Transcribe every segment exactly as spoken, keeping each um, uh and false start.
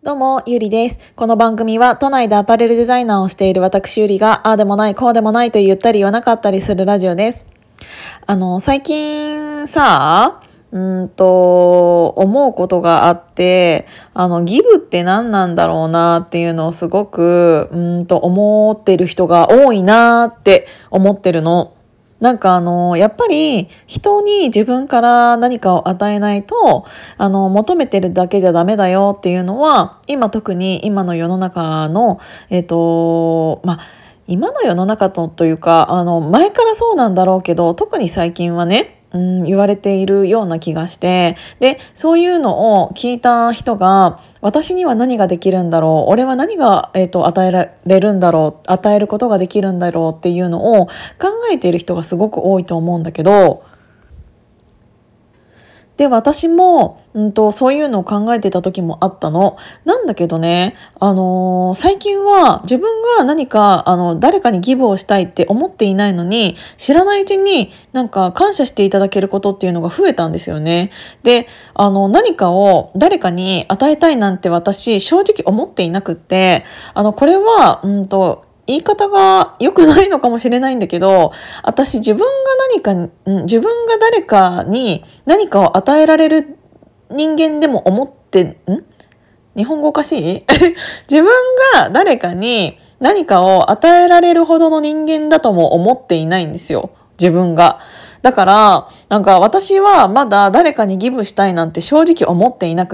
どうも、ゆりです。この番組は都内でアパレルデザイナーをしている私ゆりが、ああでもない、こうでもないと言ったり言わなかったりするラジオです。あの、最近さ、うーんと、思うことがあって、あの、ギブって何なんだろうなっていうのをすごく、うーんと思ってる人が多いなって思ってるの。なんかあの、やっぱり人に自分から何かを与えないと、あの、求めてるだけじゃダメだよっていうのは、今特に今の世の中の、えっと、まあ、今の世の中とというか、あの、前からそうなんだろうけど、特に最近はね、うん、言われているような気がして、で、そういうのを聞いた人が、私には何ができるんだろう、俺は何が、えっと、与えられるんだろう、与えることができるんだろうっていうのを考えている人がすごく多いと思うんだけど、で、私も、うんと、そういうのを考えてた時もあったの。なんだけどね、あのー最近は自分が何か、あの、誰かにギブをしたいって思っていないのに、知らないうちになんか感謝していただけることっていうのが増えたんですよね。で、あの、何かを誰かに与えたいなんて私、正直思っていなくって、あの、これは、うんと、言い方が良くないのかもしれないんだけど、私自分が何か、うん自分が誰かに何かを与えられる人間でも思って、ん日本語おかしい自分が誰かに何かを与えられるほどの人間だとも思っていないんですよ。自分が。だから、なんか私はまだ誰かにギブしたいなんて正直思っていなくって、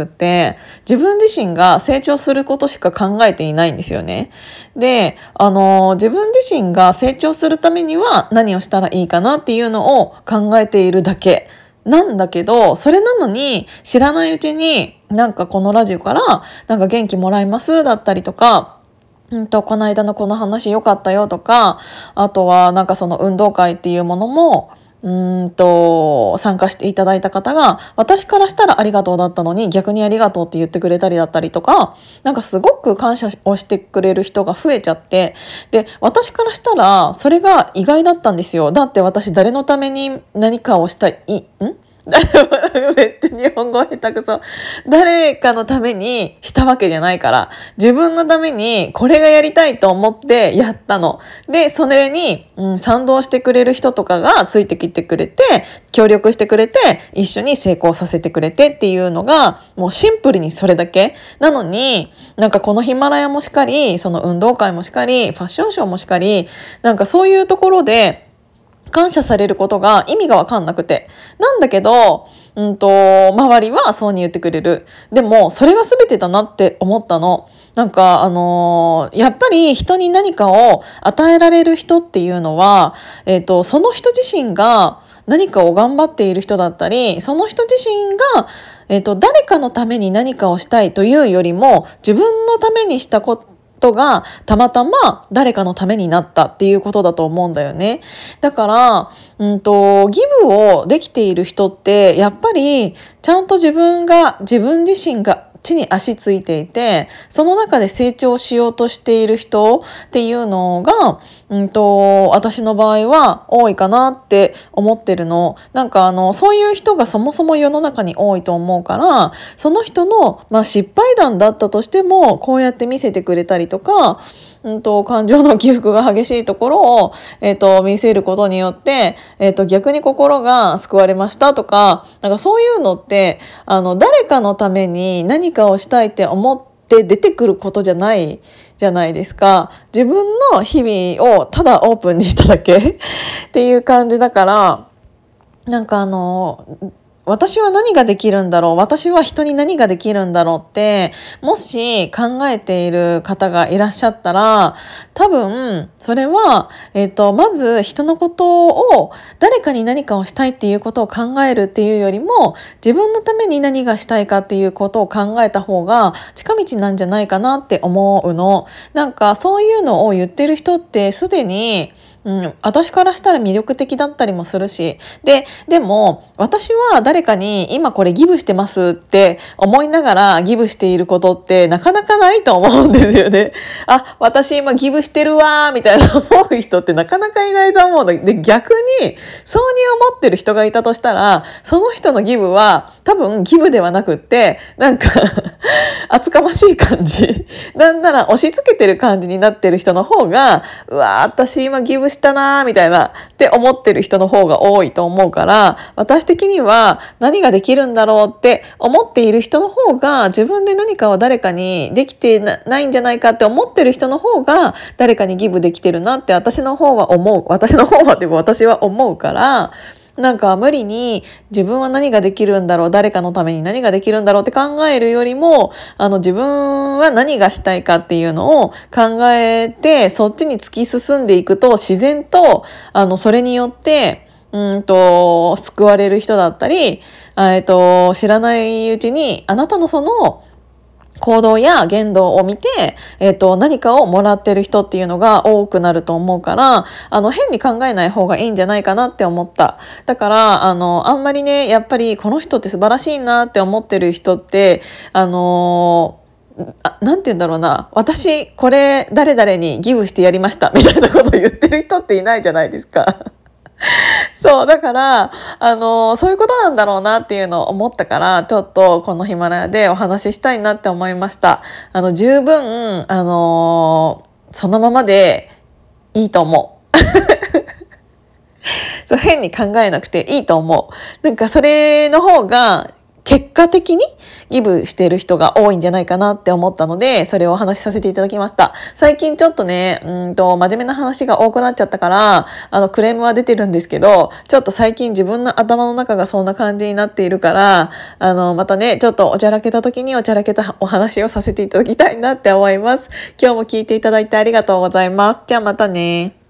自分自身が成長することしか考えていないんですよね。で、あの、自分自身が成長するためには何をしたらいいかなっていうのを考えているだけ。なんだけど、それなのに知らないうちになんかこのラジオからなんか元気もらいますだったりとか、うんと、この間のこの話良かったよとか、あとはなんかその運動会っていうものも、うーんと、参加していただいた方が、私からしたらありがとうだったのに、逆にありがとうって言ってくれたりだったりとか、なんかすごく感謝をしてくれる人が増えちゃって、で、私からしたら、それが意外だったんですよ。だって私誰のために何かをしたい、い、んめっちゃ日本語下手くそ。誰かのためにしたわけじゃないから、自分のためにこれがやりたいと思ってやったの。で、それに、うん、賛同してくれる人とかがついてきてくれて、協力してくれて、一緒に成功させてくれてっていうのが、もうシンプルにそれだけ。なのに、なんかこのヒマラヤもしかり、その運動会もしかり、ファッションショーもしかり、なんかそういうところで、感謝されることが意味がわかんなくて。なんだけど、うんと、周りはそうに言ってくれる。でも、それが全てだなって思ったの。なんか、あのーやっぱり人に何かを与えられる人っていうのは、えっと、その人自身が何かを頑張っている人だったり、その人自身が、えっと、誰かのために何かをしたいというよりも、自分のためにしたこと、ことがたまたま誰かのためになったっていうことだと思うんだよね。だから、うんと、ギブをできている人ってやっぱりちゃんと自分が自分自身が地に足ついていて、その中で成長しようとしている人っていうのが、うんと、私の場合は多いかなって思ってるの。なんかあの、そういう人がそもそも世の中に多いと思うから、その人の、まあ、失敗談だったとしても、こうやって見せてくれたりとか、うんと、感情の起伏が激しいところを、えっと、見せることによって、えっと、逆に心が救われましたとか、なんかそういうのって、あの、誰かのために何かをしたいって思って出てくることじゃないじゃないですか。自分の日々をただオープンにしただけっていう感じだから、なんかあの、私は何ができるんだろう、私は人に何ができるんだろうって、もし考えている方がいらっしゃったら、多分、それは、えっと、まず人のことを、誰かに何かをしたいっていうことを考えるっていうよりも、自分のために何がしたいかっていうことを考えた方が、近道なんじゃないかなって思うの。なんか、そういうのを言ってる人ってすでに、うん、私からしたら魅力的だったりもするし。で、でも、私は誰かに今これギブしてますって思いながらギブしていることってなかなかないと思うんですよね。あ、私今ギブしてるわーみたいな思う人ってなかなかいないと思うの。で、逆に、そうに思ってる人がいたとしたら、その人のギブは多分ギブではなくって、なんか厚かましい感じ。なんなら押し付けてる感じになってる人の方が、うわー、私今ギブしたなーみたいなって思ってる人の方が多いと思うから、私的には何ができるんだろうって思っている人の方が、自分で何かを誰かにできてないんじゃないかって思ってる人の方が誰かにギブできてるなって私の方は思う。私の方はって私は思うから、なんか無理に自分は何ができるんだろう、誰かのために何ができるんだろうって考えるよりも、あの自分は何がしたいかっていうのを考えて、そっちに突き進んでいくと、自然とあのそれによってうんと救われる人だったり、えっと知らないうちにあなたのその行動や言動を見て、えっと、何かをもらってる人っていうのが多くなると思うから、あの、変に考えない方がいいんじゃないかなって思った。だから、あの、あんまりね、やっぱりこの人って素晴らしいなって思ってる人って、あのあ、なんて言うんだろうな。私、これ、誰々にギブしてやりました。みたいなことを言ってる人っていないじゃないですか。そう、だから、あの、そういうことなんだろうなっていうのを思ったから、ちょっとこのヒマラヤでお話ししたいなって思いました。あの、十分、あの、そのままでいいと思う。そう、変に考えなくていいと思う。なんかそれの方が、結果的にギブしている人が多いんじゃないかなって思ったので、それをお話しさせていただきました。最近ちょっとね、うんと、真面目な話が多くなっちゃったから、あの、クレームは出てるんですけど、ちょっと最近自分の頭の中がそんな感じになっているから、あの、またね、ちょっとおちゃらけた時におちゃらけたお話をさせていただきたいなって思います。今日も聞いていただいてありがとうございます。じゃあまたね。